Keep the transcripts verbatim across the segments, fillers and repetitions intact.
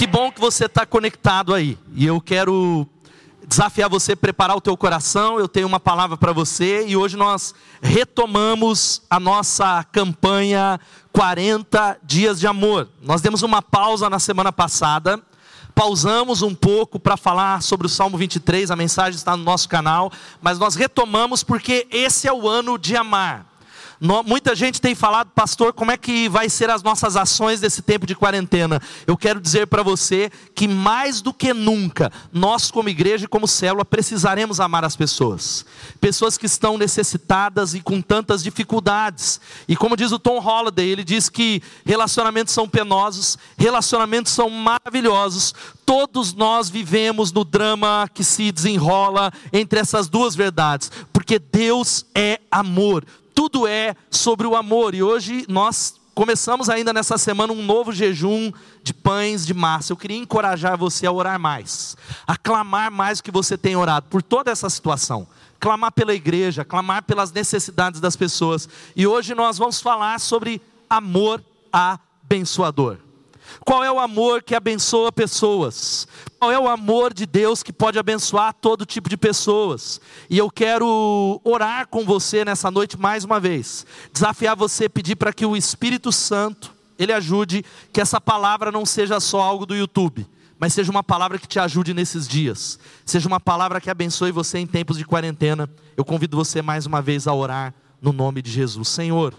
Que bom que você está conectado aí. E eu quero desafiar você a preparar o teu coração. Eu tenho uma palavra para você. E hoje nós retomamos a nossa campanha quarenta dias de amor. Nós demos uma pausa na semana passada. Pausamos um pouco para falar sobre o Salmo vinte e três. A mensagem está no nosso canal. Mas nós retomamos porque esse é o ano de amar. Muita gente tem falado, pastor, como é que vai ser as nossas ações desse tempo de quarentena? Eu quero dizer para você que mais do que nunca, nós como igreja e como célula precisaremos amar as pessoas. Pessoas que estão necessitadas e com tantas dificuldades. E como diz o Tom Holliday, ele diz que relacionamentos são penosos, relacionamentos são maravilhosos. Todos nós vivemos no drama que se desenrola entre essas duas verdades. Porque Deus é amor. Tudo é sobre o amor, e hoje nós começamos ainda nessa semana um novo jejum de pães de massa. Eu queria encorajar você a orar mais, a clamar mais do que você tem orado, por toda essa situação, clamar pela igreja, clamar pelas necessidades das pessoas, e hoje nós vamos falar sobre amor abençoador. Qual é o amor que abençoa pessoas? Qual é o amor de Deus que pode abençoar todo tipo de pessoas? E eu quero orar com você nessa noite mais uma vez. Desafiar você, pedir para que o Espírito Santo, Ele ajude, que essa palavra não seja só algo do YouTube, mas seja uma palavra que te ajude nesses dias. Seja uma palavra que abençoe você em tempos de quarentena. Eu convido você mais uma vez a orar no nome de Jesus. Senhor,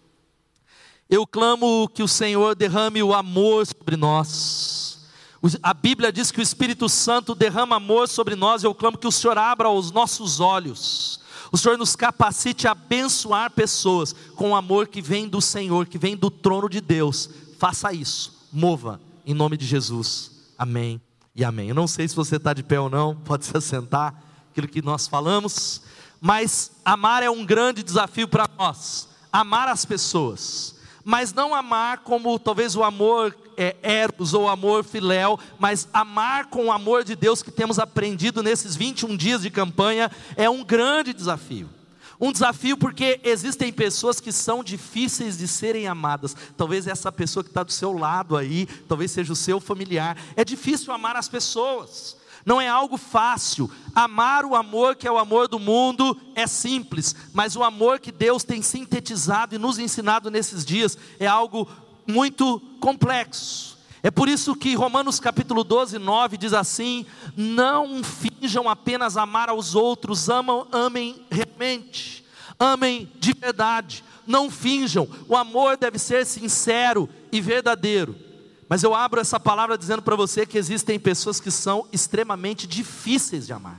eu clamo que o Senhor derrame o amor sobre nós. A Bíblia diz que o Espírito Santo derrama amor sobre nós. Eu clamo que o Senhor abra os nossos olhos. O Senhor nos capacite a abençoar pessoas com o amor que vem do Senhor, que vem do trono de Deus. Faça isso, mova, em nome de Jesus. Amém e amém. Eu não sei se você está de pé ou não, pode se assentar, aquilo que nós falamos. Mas amar é um grande desafio para nós. Amar as pessoas. Mas não amar como talvez o amor é, eros ou amor filéu, mas amar com o amor de Deus que temos aprendido nesses vinte e um dias de campanha é um grande desafio. Um desafio porque existem pessoas que são difíceis de serem amadas. Talvez essa pessoa que está do seu lado aí, talvez seja o seu familiar. É difícil amar as pessoas. Não é algo fácil. Amar o amor que é o amor do mundo é simples, mas o amor que Deus tem sintetizado e nos ensinado nesses dias é algo muito complexo. É por isso que Romanos capítulo doze, nove diz assim: não finjam apenas amar aos outros, amam, amem realmente, amem de verdade, não finjam. O amor deve ser sincero e verdadeiro. Mas eu abro essa palavra dizendo para você que existem pessoas que são extremamente difíceis de amar.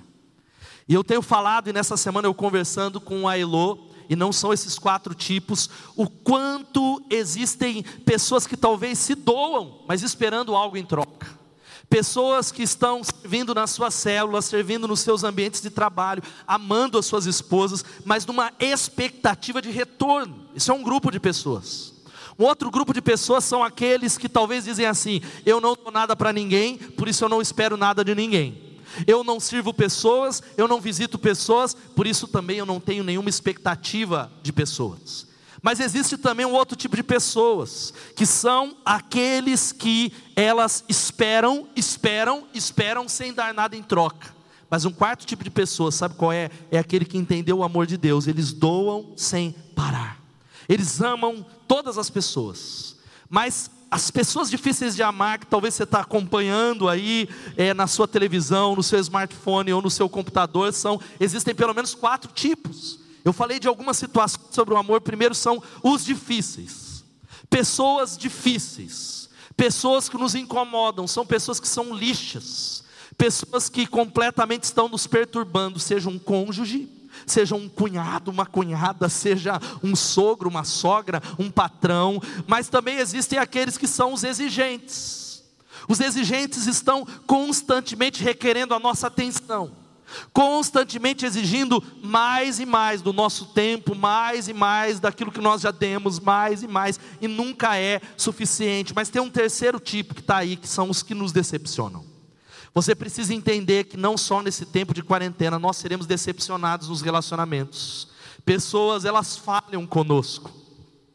E eu tenho falado, e nessa semana eu conversando com a Elô, e não são esses quatro tipos, o quanto existem pessoas que talvez se doam, mas esperando algo em troca. Pessoas que estão servindo nas suas células, servindo nos seus ambientes de trabalho, amando as suas esposas, mas numa expectativa de retorno. Isso é um grupo de pessoas. Um outro grupo de pessoas são aqueles que talvez dizem assim: eu não dou nada para ninguém, por isso eu não espero nada de ninguém. Eu não sirvo pessoas, eu não visito pessoas, por isso também eu não tenho nenhuma expectativa de pessoas. Mas existe também um outro tipo de pessoas, que são aqueles que elas esperam, esperam, esperam sem dar nada em troca. Mas um quarto tipo de pessoas, sabe qual é? É aquele que entendeu o amor de Deus. Eles doam sem parar. Eles amam todas as pessoas, mas as pessoas difíceis de amar, que talvez você está acompanhando aí é, na sua televisão, no seu smartphone ou no seu computador, são, existem pelo menos quatro tipos. Eu falei de algumas situações sobre o amor. Primeiro são os difíceis, pessoas difíceis, pessoas que nos incomodam, são pessoas que são lixas, pessoas que completamente estão nos perturbando, seja um cônjuge, seja um cunhado, uma cunhada, seja um sogro, uma sogra, um patrão. Mas também existem aqueles que são os exigentes. Os exigentes estão constantemente requerendo a nossa atenção, constantemente exigindo mais e mais do nosso tempo, mais e mais daquilo que nós já demos, mais e mais, e nunca é suficiente. Mas tem um terceiro tipo que está aí, que são os que nos decepcionam. Você precisa entender que não só nesse tempo de quarentena nós seremos decepcionados nos relacionamentos. Pessoas, elas falham conosco.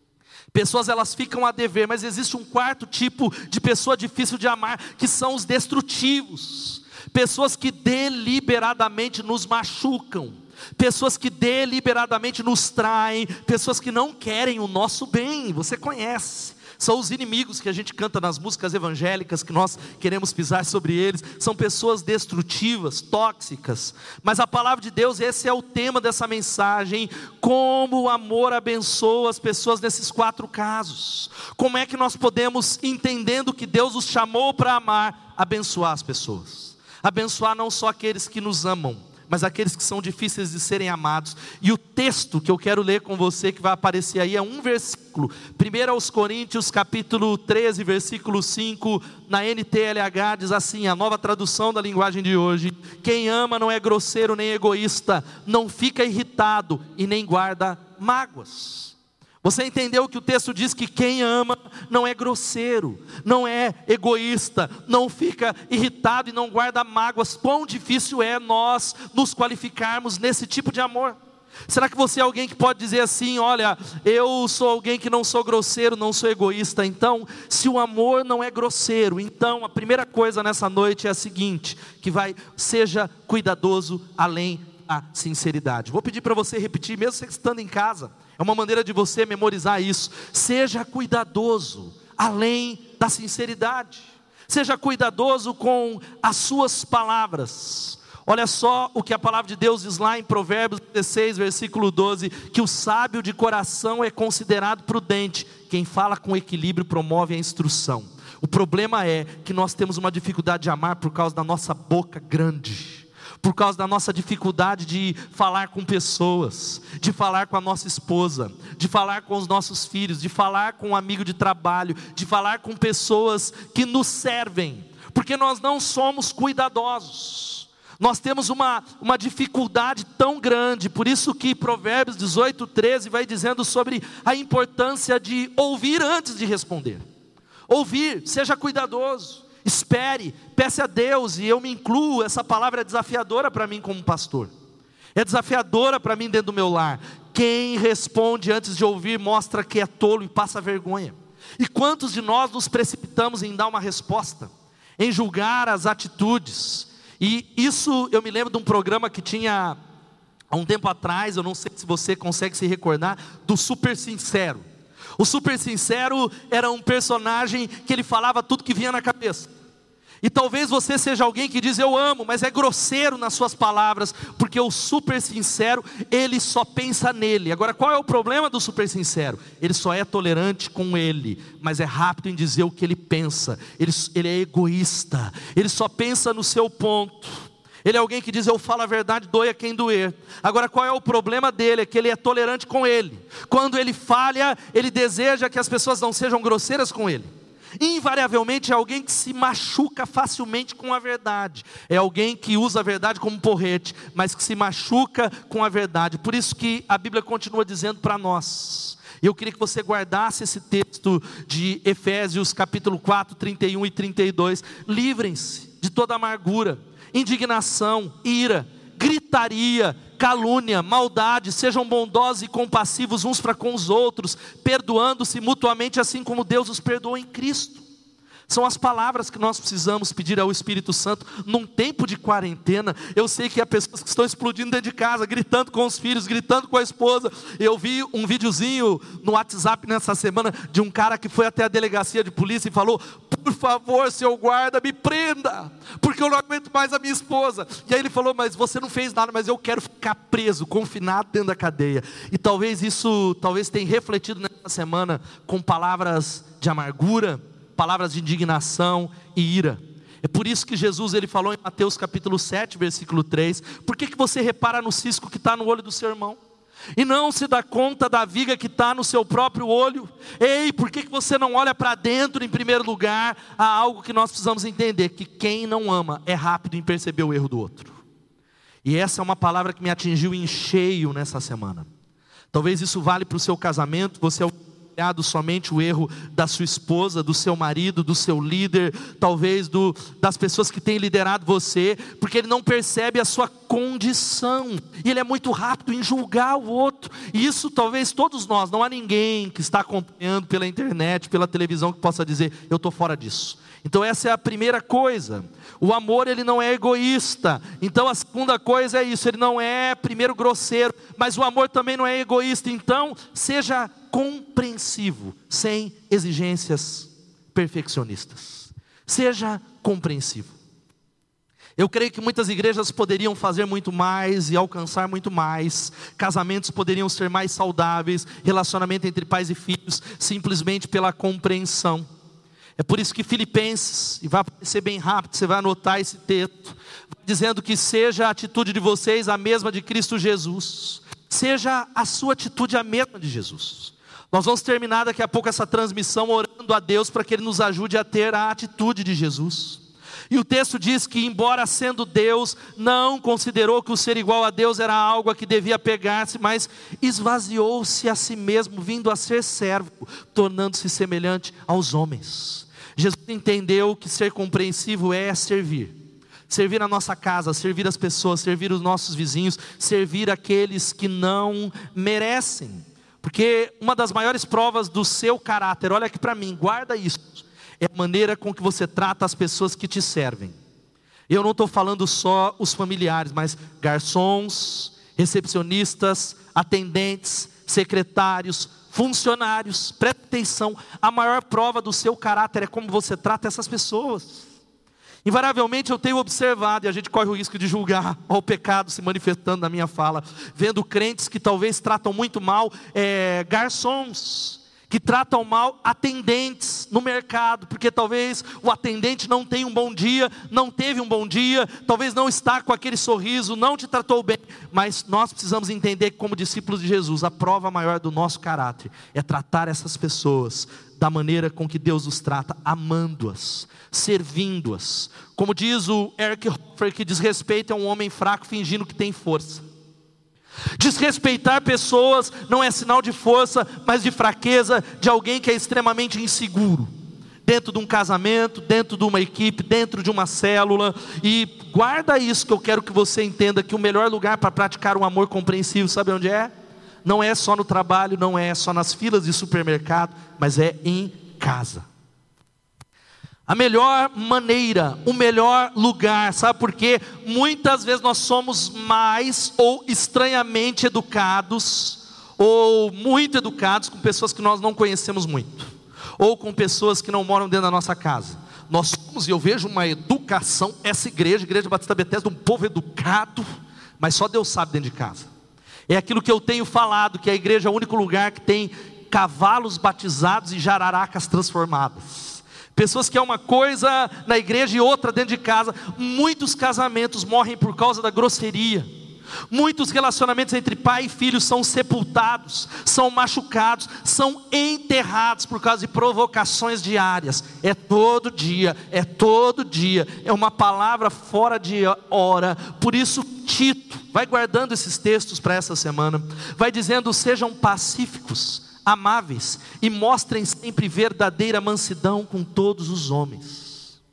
Pessoas, elas ficam a dever, mas existe um quarto tipo de pessoa difícil de amar, que são os destrutivos. Pessoas que deliberadamente nos machucam, pessoas que deliberadamente nos traem, pessoas que não querem o nosso bem. Você conhece, são os inimigos que a gente canta nas músicas evangélicas, que nós queremos pisar sobre eles. São pessoas destrutivas, tóxicas. Mas a palavra de Deus, esse é o tema dessa mensagem: como o amor abençoa as pessoas nesses quatro casos. Como é que nós podemos, entendendo que Deus os chamou para amar, abençoar as pessoas? Abençoar não só aqueles que nos amam, mas aqueles que são difíceis de serem amados. E o texto que eu quero ler com você, que vai aparecer aí, é um versículo. primeira aos Coríntios, capítulo treze, versículo cinco, na N T L H, diz assim, a nova tradução da linguagem de hoje: quem ama não é grosseiro nem egoísta, não fica irritado e nem guarda mágoas. Você entendeu que o texto diz que quem ama não é grosseiro, não é egoísta, não fica irritado e não guarda mágoas. Quão difícil é nós nos qualificarmos nesse tipo de amor? Será que você é alguém que pode dizer assim: olha, eu sou alguém que não sou grosseiro, não sou egoísta? Então, se o amor não é grosseiro, então a primeira coisa nessa noite é a seguinte, que vai: seja cuidadoso além da sinceridade. Vou pedir para você repetir, mesmo você estando em casa. É uma maneira de você memorizar isso. Seja cuidadoso além da sinceridade. Seja cuidadoso com as suas palavras. Olha só o que a palavra de Deus diz lá em Provérbios dezesseis, versículo doze, que o sábio de coração é considerado prudente. Quem fala com equilíbrio promove a instrução. O problema é que nós temos uma dificuldade de amar por causa da nossa boca grande, por causa da nossa dificuldade de falar com pessoas, de falar com a nossa esposa, de falar com os nossos filhos, de falar com um amigo de trabalho, de falar com pessoas que nos servem, porque nós não somos cuidadosos. Nós temos uma, uma dificuldade tão grande. Por isso que Provérbios dezoito, treze vai dizendo sobre a importância de ouvir antes de responder. Ouvir, seja cuidadoso, espere, peça a Deus. E eu me incluo, essa palavra é desafiadora para mim como pastor, é desafiadora para mim dentro do meu lar. Quem responde antes de ouvir mostra que é tolo e passa vergonha. E quantos de nós nos precipitamos em dar uma resposta, em julgar as atitudes? E isso eu me lembro de um programa que tinha há um tempo atrás, eu não sei se você consegue se recordar, do Super Sincero. O Super Sincero era um personagem que ele falava tudo que vinha na cabeça. E talvez você seja alguém que diz eu amo, mas é grosseiro nas suas palavras, porque o Super Sincero, ele só pensa nele. Agora, qual é o problema do Super Sincero? Ele só é tolerante com ele, mas é rápido em dizer o que ele pensa. Ele, ele é egoísta, ele só pensa no seu ponto. Ele é alguém que diz eu falo a verdade, doe a quem doer. Agora, qual é o problema dele? É que ele é tolerante com ele. Quando ele falha, ele deseja que as pessoas não sejam grosseiras com ele. Invariavelmente é alguém que se machuca facilmente com a verdade. É alguém que usa a verdade como porrete, mas que se machuca com a verdade. Por isso que a Bíblia continua dizendo para nós. Eu queria que você guardasse esse texto de Efésios capítulo quatro, trinta e um e trinta e dois. Livrem-se de toda amargura, indignação, ira, gritaria, calúnia, maldade. Sejam bondosos e compassivos uns para com os outros, perdoando-se mutuamente assim como Deus os perdoou em Cristo. São as palavras que nós precisamos pedir ao Espírito Santo num tempo de quarentena. Eu sei que há pessoas que estão explodindo dentro de casa, gritando com os filhos, gritando com a esposa. Eu vi um videozinho no WhatsApp nessa semana de um cara que foi até a delegacia de polícia e falou: por favor, seu guarda, me prenda, porque eu não aguento mais a minha esposa. E aí ele falou: mas você não fez nada, mas eu quero ficar preso, confinado dentro da cadeia. E talvez isso, talvez tenha refletido nessa semana com palavras de amargura, palavras de indignação e ira. É por isso que Jesus ele falou em Mateus capítulo sete, versículo três, por que, que você repara no cisco que está no olho do seu irmão, e não se dá conta da viga que está no seu próprio olho? Ei, por que, que você não olha para dentro em primeiro lugar? Há algo que nós precisamos entender, que quem não ama é rápido em perceber o erro do outro. E essa é uma palavra que me atingiu em cheio nessa semana. Talvez isso vale para o seu casamento. Você é olhado somente o erro da sua esposa, do seu marido, do seu líder, talvez do, das pessoas que têm liderado você, porque ele não percebe a sua condição, e ele é muito rápido em julgar o outro, e isso talvez todos nós, não há ninguém que está acompanhando pela internet, pela televisão, que possa dizer, eu estou fora disso. Então essa é a primeira coisa. O amor, ele não é egoísta. Então a segunda coisa é isso, ele não é primeiro grosseiro, mas o amor também não é egoísta. Então seja compreensivo, sem exigências perfeccionistas. Seja compreensivo. Eu creio que muitas igrejas poderiam fazer muito mais e alcançar muito mais. Casamentos poderiam ser mais saudáveis, relacionamento entre pais e filhos, simplesmente pela compreensão. É por isso que Filipenses, e vai aparecer bem rápido, você vai anotar esse texto, dizendo que seja a atitude de vocês a mesma de Cristo Jesus, seja a sua atitude a mesma de Jesus. Nós vamos terminar daqui a pouco essa transmissão orando a Deus para que Ele nos ajude a ter a atitude de Jesus. E o texto diz que, embora sendo Deus, não considerou que o ser igual a Deus era algo a que devia pegar-se, mas esvaziou-se a si mesmo, vindo a ser servo, tornando-se semelhante aos homens. Jesus entendeu que ser compreensivo é servir. Servir a nossa casa, servir as pessoas, servir os nossos vizinhos, servir aqueles que não merecem. Porque uma das maiores provas do seu caráter, olha aqui para mim, guarda isso, é a maneira com que você trata as pessoas que te servem. Eu não estou falando só os familiares, mas garçons, recepcionistas, atendentes, secretários, funcionários. Preste atenção, a maior prova do seu caráter é como você trata essas pessoas. Invariavelmente eu tenho observado, e a gente corre o risco de julgar o pecado se manifestando na minha fala, vendo crentes que talvez tratam muito mal é, garçons, que tratam mal atendentes no mercado, porque talvez o atendente não tenha um bom dia, não teve um bom dia, talvez não está com aquele sorriso, não te tratou bem, mas nós precisamos entender que, como discípulos de Jesus, a prova maior do nosso caráter é tratar essas pessoas da maneira com que Deus os trata, amando-as, servindo-as. Como diz o Eric Hoffer, que desrespeito é um homem fraco fingindo que tem força. Desrespeitar pessoas não é sinal de força, mas de fraqueza, de alguém que é extremamente inseguro, dentro de um casamento, dentro de uma equipe, dentro de uma célula. E guarda isso, que eu quero que você entenda, que o melhor lugar para praticar um amor compreensivo, sabe onde é? Não é só no trabalho, não é só nas filas de supermercado, mas é em casa. A melhor maneira, o melhor lugar, sabe por quê? Muitas vezes nós somos mais ou estranhamente educados, ou muito educados com pessoas que nós não conhecemos muito, ou com pessoas que não moram dentro da nossa casa. Nós somos, e eu vejo uma educação, essa igreja, a Igreja Batista Bethesda, um povo educado, mas só Deus sabe dentro de casa. É aquilo que eu tenho falado, que a igreja é o único lugar que tem cavalos batizados e jararacas transformadas. Pessoas que é uma coisa na igreja e outra dentro de casa. Muitos casamentos morrem por causa da grosseria. Muitos relacionamentos entre pai e filho são sepultados, são machucados, são enterrados por causa de provocações diárias. É todo dia, é todo dia, é uma palavra fora de hora. Por isso Tito, vai guardando esses textos para essa semana, vai dizendo: sejam pacíficos, amáveis, e mostrem sempre verdadeira mansidão com todos os homens.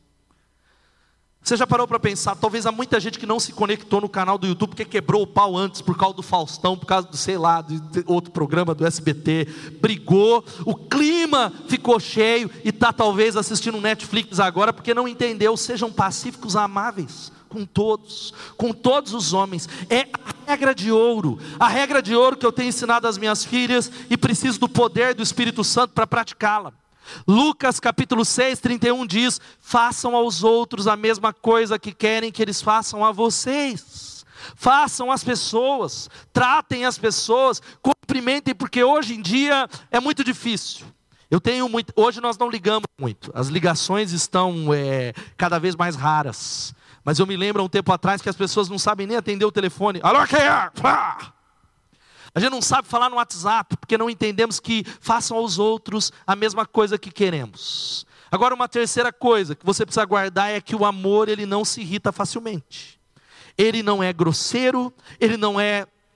Você já parou para pensar, talvez há muita gente que não se conectou no canal do YouTube porque quebrou o pau antes, por causa do Faustão, por causa do, sei lá, de outro programa do S B T, brigou, o clima ficou cheio, e está talvez assistindo Netflix agora, porque não entendeu. Sejam pacíficos, amáveis com todos, com todos os homens. É a regra de ouro, a regra de ouro que eu tenho ensinado às minhas filhas, e preciso do poder do Espírito Santo para praticá-la. Lucas capítulo seis, trinta e um diz: façam aos outros a mesma coisa que querem que eles façam a vocês. Façam as pessoas, tratem as pessoas, cumprimentem, porque hoje em dia é muito difícil. Eu tenho muito, hoje nós não ligamos muito, as ligações estão é, cada vez mais raras. Mas eu me lembro há um tempo atrás que as pessoas não sabem nem atender o telefone. Alô, quem é? Ah! A gente não sabe falar no WhatsApp, porque não entendemos que façam aos outros a mesma coisa que queremos. Agora, uma terceira coisa que você precisa guardar é que o amor, ele não se irrita facilmente. Ele não é grosseiro, ele não é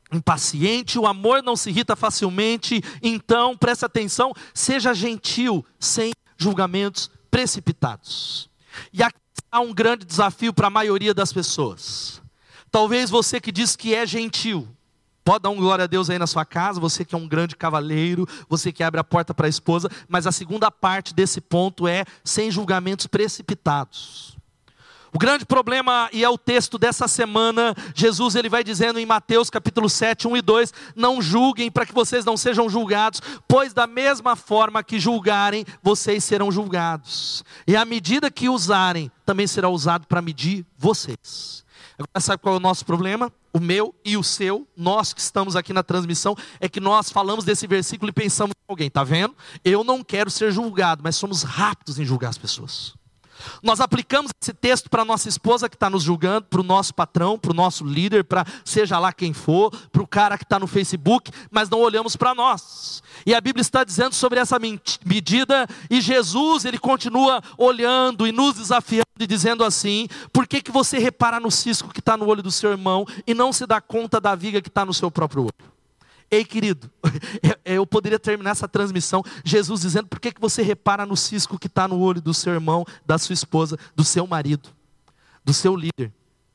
impaciente, o amor não se irrita facilmente, então preste atenção, seja gentil, sem julgamentos precipitados. E aqui há um grande desafio para a maioria das pessoas. Talvez você que diz que é gentil, pode dar um glória a Deus aí na sua casa, você que é um grande cavalheiro, você que abre a porta para a esposa, mas a segunda parte desse ponto é sem julgamentos precipitados. O grande problema, e é o texto dessa semana, Jesus ele vai dizendo em Mateus capítulo sete, um e dois, não julguem para que vocês não sejam julgados, pois da mesma forma que julgarem, vocês serão julgados. E a medida que usarem, também será usado para medir vocês. Agora sabe qual é o nosso problema? O meu e o seu, nós que estamos aqui na transmissão, é que nós falamos desse versículo e pensamos em alguém, está vendo? Eu não quero ser julgado, mas somos rápidos em julgar as pessoas. Nós aplicamos esse texto para a nossa esposa que está nos julgando, para o nosso patrão, para o nosso líder, para seja lá quem for, para o cara que está no Facebook, mas não olhamos para nós. E a Bíblia está dizendo sobre essa medida, e Jesus ele continua olhando e nos desafiando e dizendo assim: por que que você repara no cisco que está no olho do seu irmão e não se dá conta da viga que está no seu próprio olho? Ei querido, eu poderia terminar essa transmissão Jesus dizendo: por que que você repara no cisco que está no olho do seu irmão, da sua esposa, do seu marido, do seu líder,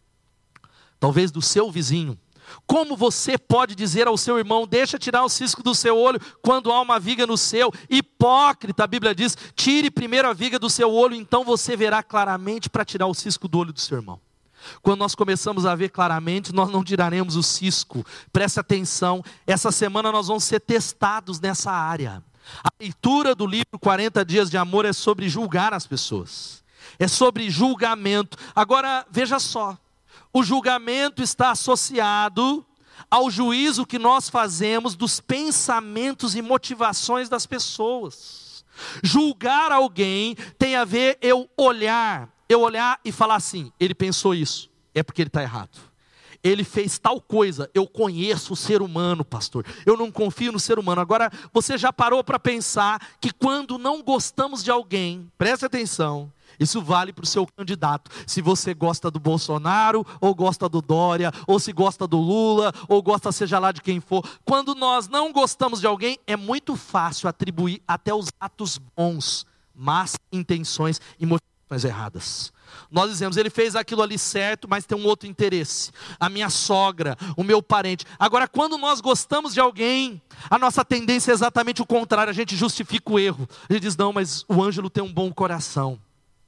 talvez do seu vizinho? Como você pode dizer ao seu irmão: deixa tirar o cisco do seu olho, quando há uma viga no seu? Hipócrita, a Bíblia diz: tire primeiro a viga do seu olho, então você verá claramente para tirar o cisco do olho do seu irmão. Quando nós começamos a ver claramente, nós não tiraremos o cisco. Preste atenção, essa semana nós vamos ser testados nessa área. A leitura do livro quarenta dias de amor é sobre julgar as pessoas, é sobre julgamento. Agora veja só, o julgamento está associado ao juízo que nós fazemos dos pensamentos e motivações das pessoas. Julgar alguém tem a ver eu olhar, eu olhar e falar assim: ele pensou isso, é porque ele está errado. Ele fez tal coisa, eu conheço o ser humano, pastor, eu não confio no ser humano. Agora, você já parou para pensar que quando não gostamos de alguém, preste atenção, isso vale para o seu candidato. Se você gosta do Bolsonaro, ou gosta do Dória, ou se gosta do Lula, ou gosta seja lá de quem for. Quando nós não gostamos de alguém, é muito fácil atribuir até os atos bons, más intenções e motivações erradas. Nós dizemos: ele fez aquilo ali certo, mas tem um outro interesse. A minha sogra, o meu parente. Agora, quando nós gostamos de alguém, a nossa tendência é exatamente o contrário. A gente justifica o erro. A gente diz: não, mas o Ângelo tem um bom coração.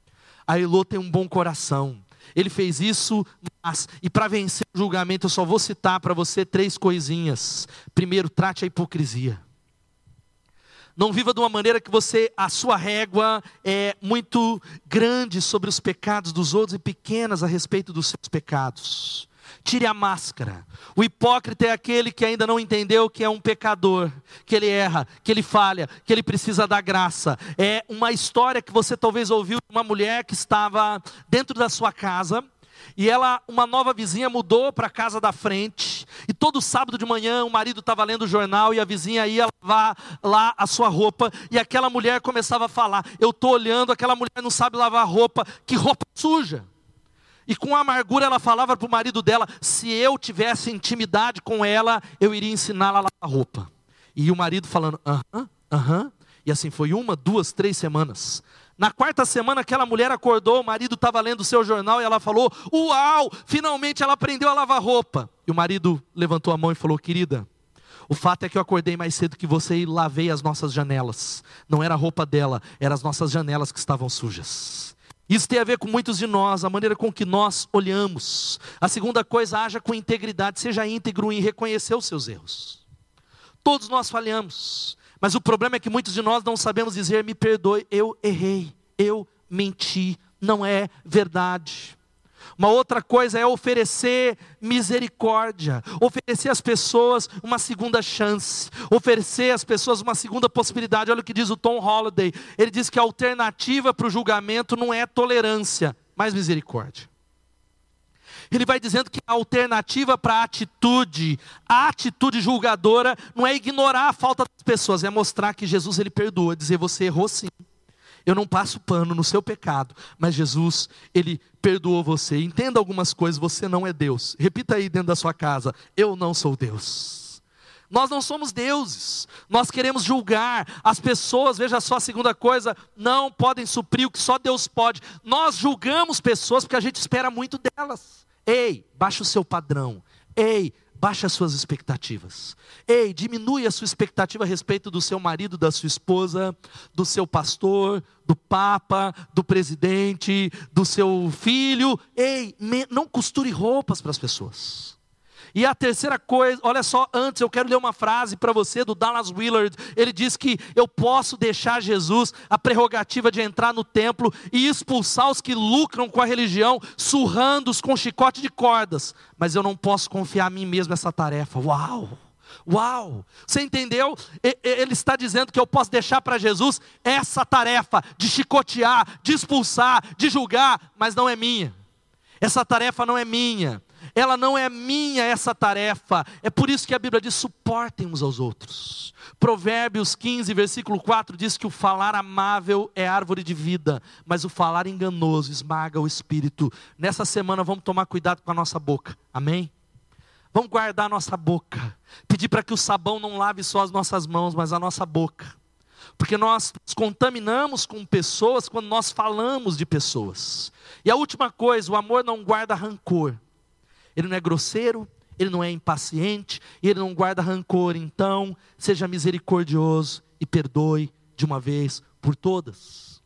A Elô tem um bom coração. Ele fez isso, mas... E para vencer o julgamento, eu só vou citar para você três coisinhas. Primeiro, trate a hipocrisia. Não viva de uma maneira que você, a sua régua é muito grande sobre os pecados dos outros e pequenas a respeito dos seus pecados. Tire a máscara. O hipócrita é aquele que ainda não entendeu que é um pecador, que ele erra, que ele falha, que ele precisa da graça. É uma história que você talvez ouviu de uma mulher que estava dentro da sua casa, e ela, uma nova vizinha, mudou para a casa da frente, e todo sábado de manhã o marido estava lendo o jornal e a vizinha ia lavar lá a sua roupa, e aquela mulher começava a falar: eu estou olhando, aquela mulher não sabe lavar roupa, que roupa suja. E com amargura ela falava para o marido dela: se eu tivesse intimidade com ela, eu iria ensiná-la a lavar roupa. E o marido falando: aham, aham. E assim foi uma, duas, três semanas. Na quarta semana aquela mulher acordou, o marido estava lendo o seu jornal e ela falou: uau, finalmente ela aprendeu a lavar roupa. E o marido levantou a mão e falou: querida, o fato é que eu acordei mais cedo que você e lavei as nossas janelas. Não era a roupa dela, eram as nossas janelas que estavam sujas. Isso tem a ver com muitos de nós, a maneira com que nós olhamos. A segunda coisa, haja com integridade, seja íntegro em reconhecer os seus erros. Todos nós falhamos, mas o problema é que muitos de nós não sabemos dizer: me perdoe, eu errei, eu menti, não é verdade. Uma outra coisa é oferecer misericórdia, oferecer às pessoas uma segunda chance, oferecer às pessoas uma segunda possibilidade. Olha o que diz o Tom Holliday, ele diz que a alternativa para o julgamento não é tolerância, mas misericórdia. Ele vai dizendo que a alternativa para a atitude, a atitude julgadora, não é ignorar a falta das pessoas, é mostrar que Jesus ele perdoa, dizer: você errou sim, Eu não passo pano no seu pecado, mas Jesus, Ele perdoou você. Entenda algumas coisas, você não é Deus. Repita aí dentro da sua casa: eu não sou Deus. Nós não somos deuses, nós queremos julgar as pessoas. Veja só, a segunda coisa, não podem suprir o que só Deus pode. Nós julgamos pessoas porque a gente espera muito delas. Ei, baixa o seu padrão. Ei, baixe as suas expectativas. Ei, diminui a sua expectativa a respeito do seu marido, da sua esposa, do seu pastor, do papa, do presidente, do seu filho. Ei, me, não costure roupas para as pessoas. E a terceira coisa, olha só, antes eu quero ler uma frase para você do Dallas Willard. Ele diz que eu posso deixar Jesus a prerrogativa de entrar no templo e expulsar os que lucram com a religião, surrando-os com chicote de cordas, mas eu não posso confiar a mim mesmo essa tarefa. Uau! Uau! Você entendeu? Ele está dizendo que eu posso deixar para Jesus essa tarefa de chicotear, de expulsar, de julgar, mas não é minha. Essa tarefa não é minha. Ela não é minha, essa tarefa. É por isso que a Bíblia diz: suportem uns aos outros. Provérbios quinze, versículo quatro diz que o falar amável é árvore de vida, mas o falar enganoso esmaga o espírito. Nessa semana vamos tomar cuidado com a nossa boca, amém? Vamos guardar a nossa boca, pedir para que o sabão não lave só as nossas mãos, mas a nossa boca, porque nós nos contaminamos com pessoas quando nós falamos de pessoas. E a última coisa, o amor não guarda rancor. Ele não é grosseiro, ele não é impaciente, e ele não guarda rancor. Então, seja misericordioso e perdoe de uma vez por todas.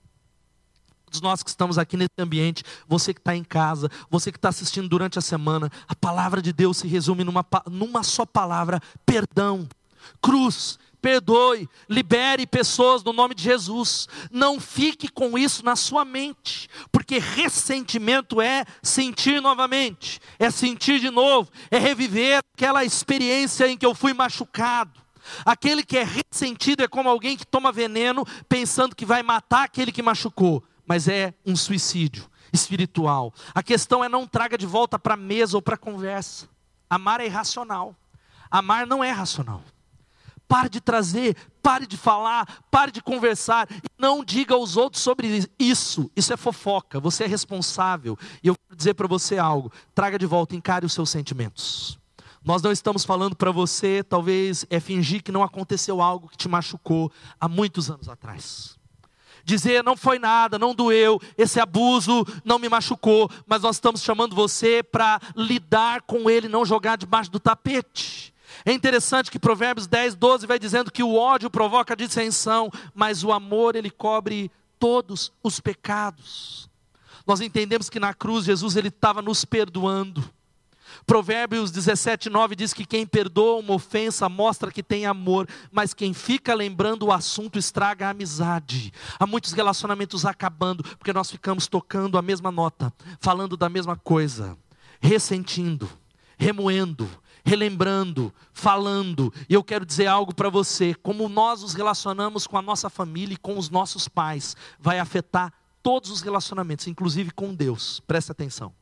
Todos nós que estamos aqui nesse ambiente, você que está em casa, você que está assistindo durante a semana, a palavra de Deus se resume numa, numa só palavra: perdão. Cruz, perdoe, libere pessoas no nome de Jesus. Não fique com isso na sua mente, porque ressentimento é sentir novamente, é sentir de novo, é reviver aquela experiência em que eu fui machucado. Aquele que é ressentido é como alguém que toma veneno pensando que vai matar aquele que machucou, mas é um suicídio espiritual. A questão é: não traga de volta para a mesa ou para a conversa. Amar é irracional, amar não é racional. Pare de trazer, pare de falar, pare de conversar, e não diga aos outros sobre isso. Isso é fofoca, você é responsável. E eu quero dizer para você algo: traga de volta, encare os seus sentimentos. Nós não estamos falando para você, talvez, é fingir que não aconteceu algo que te machucou há muitos anos atrás. Dizer: não foi nada, não doeu, esse abuso não me machucou. Mas nós estamos chamando você para lidar com ele, não jogar debaixo do tapete. É interessante que Provérbios dez, doze vai dizendo que o ódio provoca dissensão, mas o amor, ele cobre todos os pecados. Nós entendemos que na cruz Jesus ele estava nos perdoando. Provérbios dezessete, nove diz que quem perdoa uma ofensa mostra que tem amor, mas quem fica lembrando o assunto estraga a amizade. Há muitos relacionamentos acabando porque nós ficamos tocando a mesma nota, falando da mesma coisa, ressentindo, remoendo, relembrando, falando. E eu quero dizer algo para você: como nós nos relacionamos com a nossa família e com os nossos pais, vai afetar todos os relacionamentos, inclusive com Deus. Preste atenção.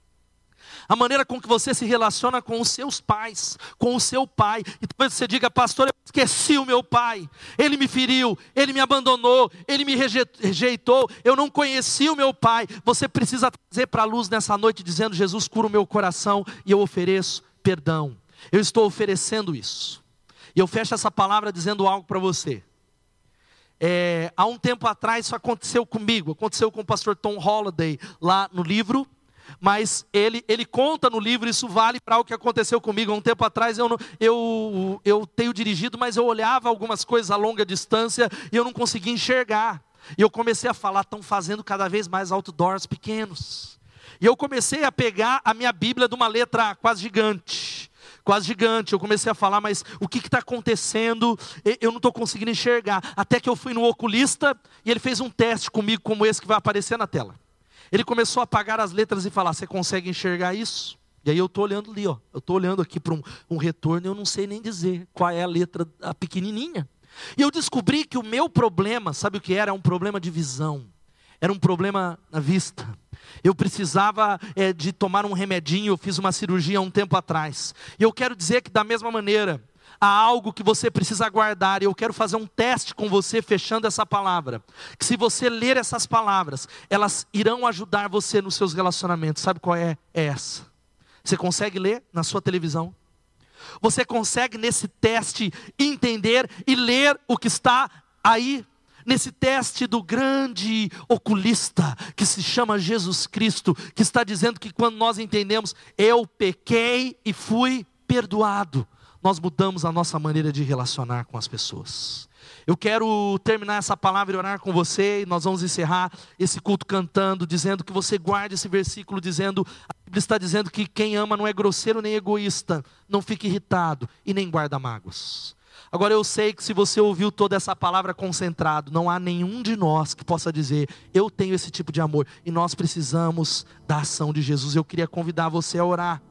A maneira com que você se relaciona com os seus pais, com o seu pai. E talvez você diga: pastor, eu esqueci o meu pai, ele me feriu, ele me abandonou, ele me rejeitou, eu não conheci o meu pai. Você precisa trazer para a luz nessa noite, dizendo: Jesus, cura o meu coração e eu ofereço perdão. Eu estou oferecendo isso. E eu fecho essa palavra dizendo algo para você. É, há um tempo atrás isso aconteceu comigo, aconteceu com o pastor Tom Holliday lá no livro. Mas ele, ele conta no livro, isso vale para o que aconteceu comigo. Há um tempo atrás eu, não, eu, eu tenho dirigido, mas eu olhava algumas coisas a longa distância e eu não conseguia enxergar. E eu comecei a falar: estão fazendo cada vez mais outdoors pequenos. E eu comecei a pegar a minha Bíblia de uma letra quase gigante. Quase gigante, eu comecei a falar: mas o que está acontecendo? Eu não estou conseguindo enxergar. Até que eu fui no oculista e ele fez um teste comigo como esse que vai aparecer na tela. Ele começou a apagar as letras e falar: você consegue enxergar isso? E aí eu estou olhando ali, ó. Eu estou olhando aqui para um, um retorno e eu não sei nem dizer qual é a letra, a pequenininha. E eu descobri que o meu problema, sabe o que era? Era um problema de visão. Era um problema na vista. Eu precisava é, de tomar um remedinho, eu fiz uma cirurgia há um tempo atrás. E eu quero dizer que da mesma maneira, há algo que você precisa guardar, e eu quero fazer um teste com você, fechando essa palavra, que se você ler essas palavras, elas irão ajudar você nos seus relacionamentos. Sabe qual é? É essa. Você consegue ler na sua televisão? Você consegue nesse teste entender e ler o que está aí? Nesse teste do grande oculista, que se chama Jesus Cristo, que está dizendo que quando nós entendemos, eu pequei e fui perdoado, nós mudamos a nossa maneira de relacionar com as pessoas. Eu quero terminar essa palavra e orar com você, e nós vamos encerrar esse culto cantando, dizendo que você guarde esse versículo, dizendo, a Bíblia está dizendo que quem ama não é grosseiro nem egoísta, não fique irritado e nem guarda mágoas. Agora eu sei que se você ouviu toda essa palavra concentrado, não há nenhum de nós que possa dizer, eu tenho esse tipo de amor, e nós precisamos da ação de Jesus. Eu queria convidar você a orar.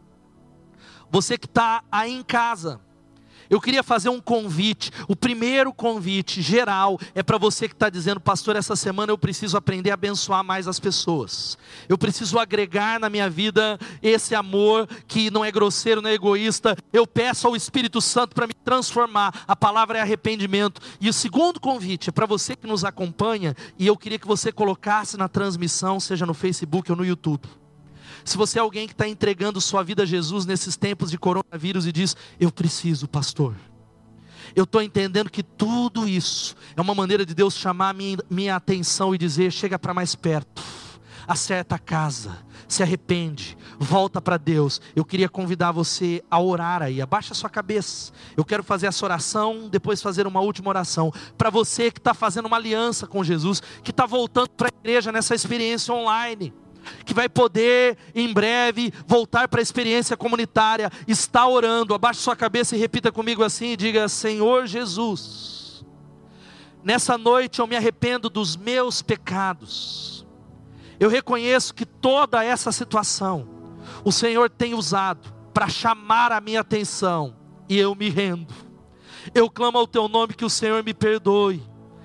Você que está aí em casa, eu queria fazer um convite. O primeiro convite geral é para você que está dizendo, pastor, essa semana eu preciso aprender a abençoar mais as pessoas. Eu preciso agregar na minha vida esse amor que não é grosseiro, não é egoísta. Eu peço ao Espírito Santo para me transformar. A palavra é arrependimento. E o segundo convite é para você que nos acompanha, e eu queria que você colocasse na transmissão, seja no Facebook ou no YouTube. Se você é alguém que está entregando sua vida a Jesus nesses tempos de coronavírus e diz, eu preciso, pastor, eu estou entendendo que tudo isso é uma maneira de Deus chamar a minha, minha atenção e dizer, chega para mais perto, acerta a casa, se arrepende, volta para Deus. Eu queria convidar você a orar aí, abaixa a sua cabeça. Eu quero fazer essa oração, depois fazer uma última oração, para você que está fazendo uma aliança com Jesus, que está voltando para a igreja nessa experiência online, que vai poder em breve voltar para a experiência comunitária, está orando, abaixe sua cabeça e repita comigo assim, e diga, Senhor Jesus, nessa noite eu me arrependo dos meus pecados, eu reconheço que toda essa situação, o Senhor tem usado para chamar a minha atenção, e eu me rendo, eu clamo ao teu nome que o Senhor me perdoe,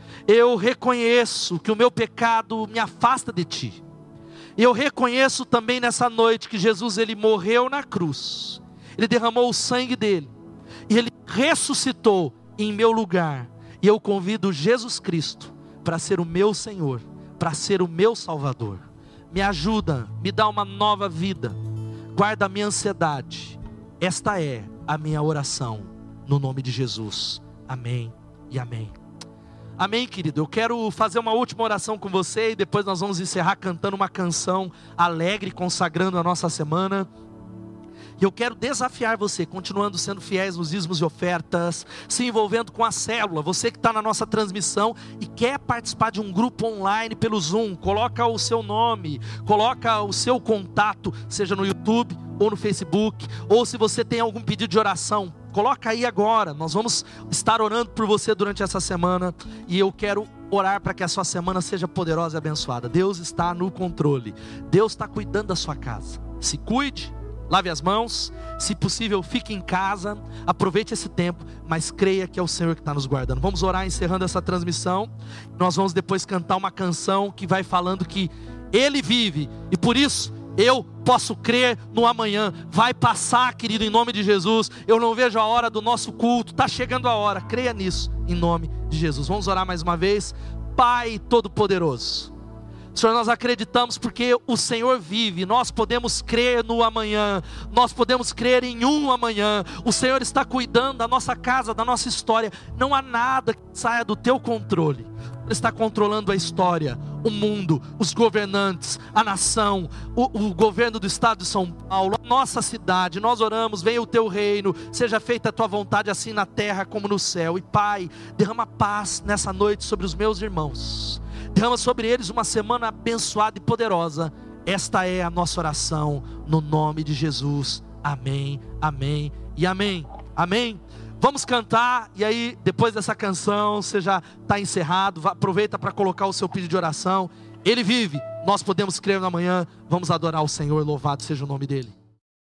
eu reconheço que o meu pecado me afasta de ti, eu reconheço também nessa noite que Jesus, ele morreu na cruz, ele derramou o sangue dele, e ele ressuscitou em meu lugar, e eu convido Jesus Cristo para ser o meu Senhor, para ser o meu Salvador. Me ajuda, me dá uma nova vida, guarda a minha ansiedade. Esta é a minha oração, no nome de Jesus, amém e amém. Amém, querido? Eu quero fazer uma última oração com você, e depois nós vamos encerrar cantando uma canção alegre, consagrando a nossa semana. E eu quero desafiar você, continuando sendo fiéis nos dízimos e ofertas, se envolvendo com a célula. Você que está na nossa transmissão e quer participar de um grupo online pelo Zoom, coloca o seu nome, coloca o seu contato, seja no YouTube ou no Facebook, ou se você tem algum pedido de oração, coloca aí agora. Nós vamos estar orando por você durante essa semana, e eu quero orar para que a sua semana seja poderosa e abençoada. Deus está no controle, Deus está cuidando da sua casa. Se cuide, lave as mãos, se possível fique em casa, aproveite esse tempo, mas creia que é o Senhor que está nos guardando. Vamos orar encerrando essa transmissão. Nós vamos depois cantar uma canção que vai falando que Ele vive, e por isso eu posso crer no amanhã. Vai passar, querido, em nome de Jesus. Eu não vejo a hora do nosso culto, está chegando a hora, creia nisso, em nome de Jesus. Vamos orar mais uma vez. Pai Todo-Poderoso, Senhor, nós acreditamos porque o Senhor vive, nós podemos crer no amanhã, nós podemos crer em um amanhã. O Senhor está cuidando da nossa casa, da nossa história. Não há nada que saia do teu controle. Ele está controlando a história, o mundo, os governantes, a nação, o, o governo do estado de São Paulo, a nossa cidade. Nós oramos, venha o teu reino, seja feita a tua vontade assim na terra como no céu. E Pai, derrama paz nessa noite sobre os meus irmãos, derrama sobre eles uma semana abençoada e poderosa. Esta é a nossa oração, no nome de Jesus, amém, amém e amém, amém. Vamos cantar, e aí depois dessa canção, você já está encerrado, aproveita para colocar o seu pedido de oração. Ele vive, nós podemos crer no amanhã, vamos adorar o Senhor, louvado seja o nome dEle.